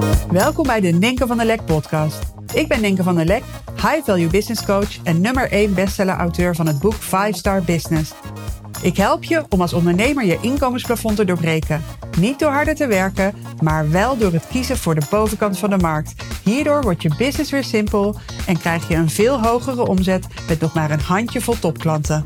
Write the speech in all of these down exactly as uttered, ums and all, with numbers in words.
Welkom bij de Ninke van der Lek podcast. Ik ben Ninke van der Lek, High Value Business Coach en nummer één bestseller-auteur van het boek vijf Star Business. Ik help je om als ondernemer je inkomensplafond te doorbreken. Niet door harder te werken, maar wel door het kiezen voor de bovenkant van de markt. Hierdoor wordt je business weer simpel en krijg je een veel hogere omzet met nog maar een handjevol topklanten.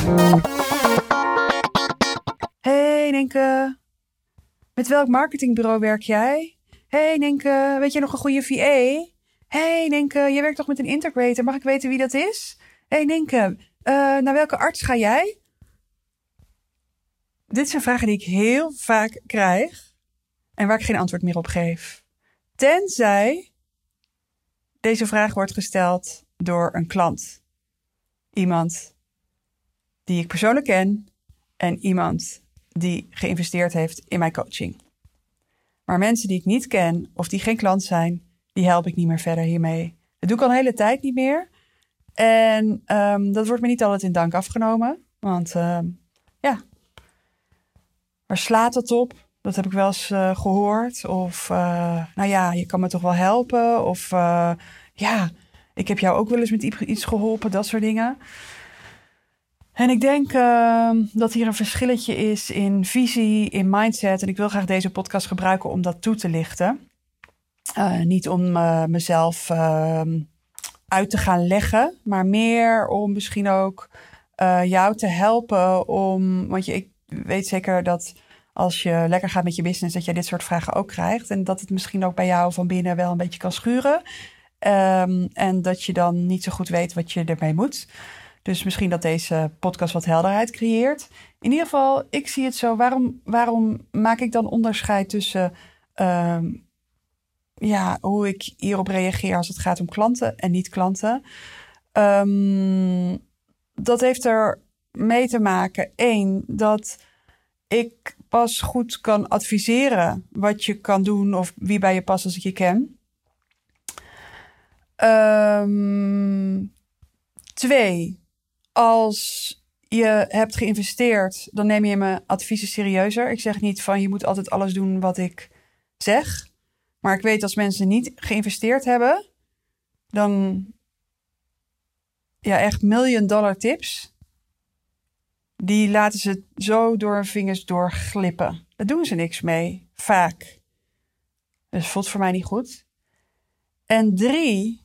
Hey Ninke, met welk marketingbureau werk jij? Hey Ninke, weet je nog een goede V A? Hey Ninke, je werkt toch met een integrator? Mag ik weten wie dat is? Hey Ninke, uh, naar welke arts ga jij? Dit zijn vragen die ik heel vaak krijg en waar ik geen antwoord meer op geef. Tenzij deze vraag wordt gesteld door een klant. Iemand die ik persoonlijk ken en iemand die geïnvesteerd heeft in mijn coaching. Maar mensen die ik niet ken of die geen klant zijn, die help ik niet meer verder hiermee. Dat doe ik al een hele tijd niet meer. En um, dat wordt me niet altijd in dank afgenomen. Want um, ja, waar slaat het op? Dat heb ik wel eens uh, gehoord. Of uh, nou ja, je kan me toch wel helpen. Of uh, ja, ik heb jou ook wel eens met iets geholpen. Dat soort dingen. En ik denk uh, dat hier een verschilletje is in visie, in mindset. En ik wil graag deze podcast gebruiken om dat toe te lichten. Uh, niet om uh, mezelf uh, uit te gaan leggen, maar meer om misschien ook uh, jou te helpen om... Want je, ik weet zeker dat als je lekker gaat met je business, dat jij dit soort vragen ook krijgt. En dat het misschien ook bij jou van binnen wel een beetje kan schuren. Um, en dat je dan niet zo goed weet wat je ermee moet. Dus misschien dat deze podcast wat helderheid creëert. In ieder geval, ik zie het zo. Waarom, waarom maak ik dan onderscheid tussen um, ja, hoe ik hierop reageer als het gaat om klanten en niet klanten? Um, dat heeft er mee te maken. Eén, dat ik pas goed kan adviseren wat je kan doen of wie bij je past als ik je ken. Um, twee, als je hebt geïnvesteerd, dan neem je mijn adviezen serieuzer. Ik zeg niet van je moet altijd alles doen wat ik zeg. Maar ik weet als mensen niet geïnvesteerd hebben, dan ja, echt million dollar tips. Die laten ze zo door hun vingers doorglippen. Daar doen ze niks mee, vaak. Dus voelt voor mij niet goed. En drie,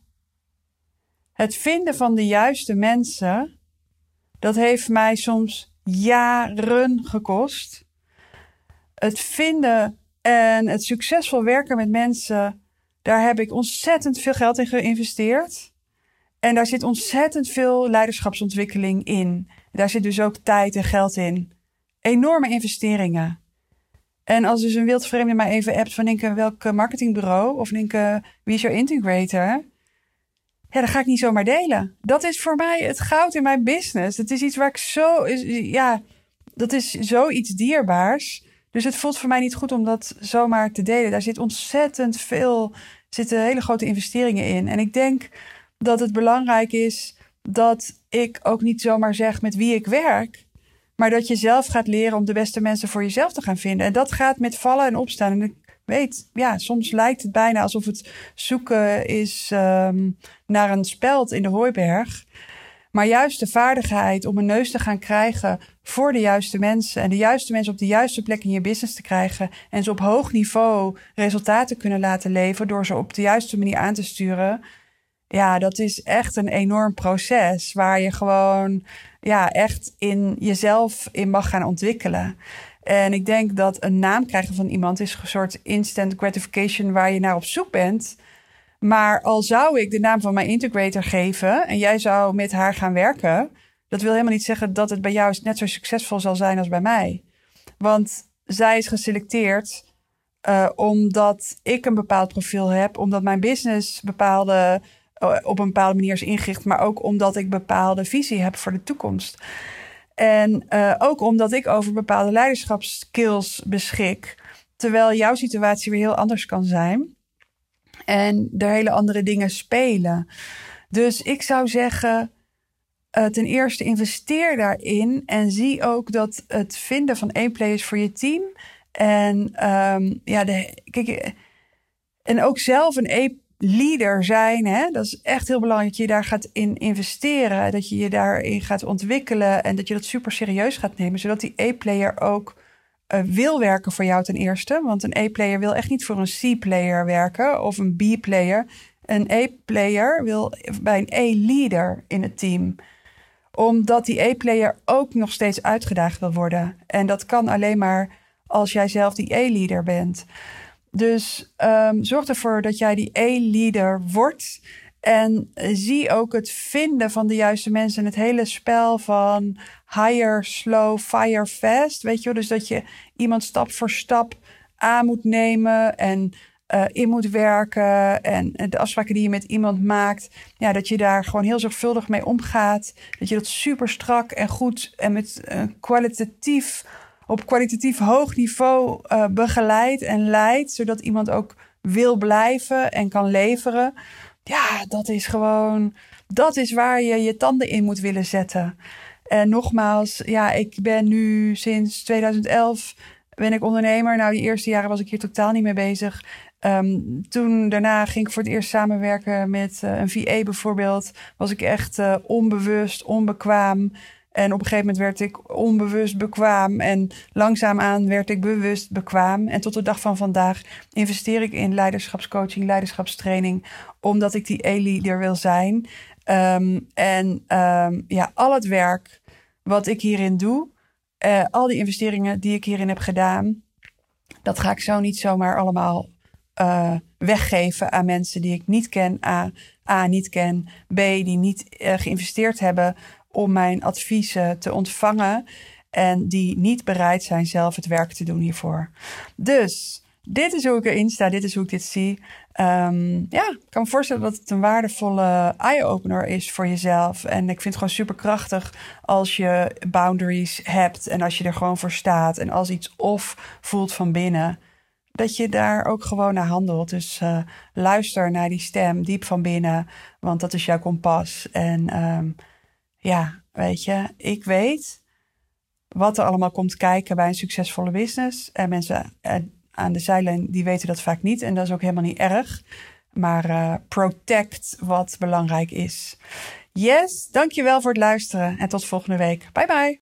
het vinden van de juiste mensen, dat heeft mij soms jaren gekost. Het vinden en het succesvol werken met mensen, daar heb ik ontzettend veel geld in geïnvesteerd. En daar zit ontzettend veel leiderschapsontwikkeling in. Daar zit dus ook tijd en geld in. Enorme investeringen. En als dus een wildvreemde mij even appt van Ninke, welk marketingbureau? Of Ninke, wie is jouw integrator? Ja, dat ga ik niet zomaar delen. Dat is voor mij het goud in mijn business. Het is iets waar ik zo... Ja, dat is zoiets dierbaars. Dus het voelt voor mij niet goed om dat zomaar te delen. Daar zit ontzettend veel... zitten hele grote investeringen in. En ik denk dat het belangrijk is dat ik ook niet zomaar zeg met wie ik werk, maar dat je zelf gaat leren om de beste mensen voor jezelf te gaan vinden. En dat gaat met vallen en opstaan. En ik weet, ja, soms lijkt het bijna alsof het zoeken is um, naar een speld in de hooiberg. Maar juist de vaardigheid om een neus te gaan krijgen voor de juiste mensen en de juiste mensen op de juiste plek in je business te krijgen en ze op hoog niveau resultaten kunnen laten leveren door ze op de juiste manier aan te sturen. Ja, dat is echt een enorm proces waar je gewoon ja, echt in jezelf in mag gaan ontwikkelen. En ik denk dat een naam krijgen van iemand is een soort instant gratification waar je naar op zoek bent. Maar al zou ik de naam van mijn integrator geven en jij zou met haar gaan werken, dat wil helemaal niet zeggen dat het bij jou net zo succesvol zal zijn als bij mij. Want zij is geselecteerd uh, omdat ik een bepaald profiel heb, omdat mijn business bepaalde op een bepaalde manier is ingericht, maar ook omdat ik bepaalde visie heb voor de toekomst. En uh, ook omdat ik over bepaalde leiderschapskills beschik, terwijl jouw situatie weer heel anders kan zijn en er hele andere dingen spelen. Dus ik zou zeggen, uh, ten eerste investeer daarin en zie ook dat het vinden van één play is voor je team. En um, ja, de, kijk, En ook zelf een E-leader zijn, hè, dat is echt heel belangrijk dat je daar gaat in investeren. Dat je je daarin gaat ontwikkelen en dat je dat super serieus gaat nemen. Zodat die E-player ook uh, wil werken voor jou ten eerste. Want een E-player wil echt niet voor een C-player werken of een B-player. Een E-player wil bij een E-leader in het team. Omdat die E-player ook nog steeds uitgedaagd wil worden. En dat kan alleen maar als jij zelf die E-leader bent. Dus um, zorg ervoor dat jij die E-leader wordt. En zie ook het vinden van de juiste mensen. Het hele spel van hire, slow, fire, fast. Weet je wel? Dus dat je iemand stap voor stap aan moet nemen en uh, in moet werken. En de afspraken die je met iemand maakt. Ja, dat je daar gewoon heel zorgvuldig mee omgaat. Dat je dat super strak en goed en met uh, kwalitatief... op kwalitatief hoog niveau uh, begeleidt en leidt, zodat iemand ook wil blijven en kan leveren. Ja, dat is gewoon, dat is waar je je tanden in moet willen zetten. En nogmaals, ja, ik ben nu sinds tweeduizend elf ben ik ondernemer. Nou, die eerste jaren was ik hier totaal niet mee bezig. Um, toen daarna ging ik voor het eerst samenwerken met uh, een V A bijvoorbeeld. Was ik echt uh, onbewust, onbekwaam. En op een gegeven moment werd ik onbewust bekwaam. En langzaamaan werd ik bewust bekwaam. En tot de dag van vandaag investeer ik in leiderschapscoaching, leiderschapstraining. Omdat ik die E-leader wil zijn. Um, en um, ja, al het werk wat ik hierin doe. Uh, al die investeringen die ik hierin heb gedaan. Dat ga ik zo niet zomaar allemaal uh, weggeven aan mensen die ik niet ken. A, A niet ken. B, die niet uh, geïnvesteerd hebben om mijn adviezen te ontvangen en die niet bereid zijn zelf het werk te doen hiervoor. Dus dit is hoe ik erin sta, dit is hoe ik dit zie. Um, ja, ik kan me voorstellen dat het een waardevolle eye-opener is voor jezelf. En ik vind het gewoon super krachtig als je boundaries hebt en als je er gewoon voor staat en als iets off voelt van binnen, dat je daar ook gewoon naar handelt. Dus uh, luister naar die stem diep van binnen, want dat is jouw kompas. En um, ja, weet je, ik weet wat er allemaal komt kijken bij een succesvolle business. En mensen aan de zijlijn, die weten dat vaak niet. En dat is ook helemaal niet erg. Maar uh, protect wat belangrijk is. Yes, dankjewel voor het luisteren. En tot volgende week. Bye bye.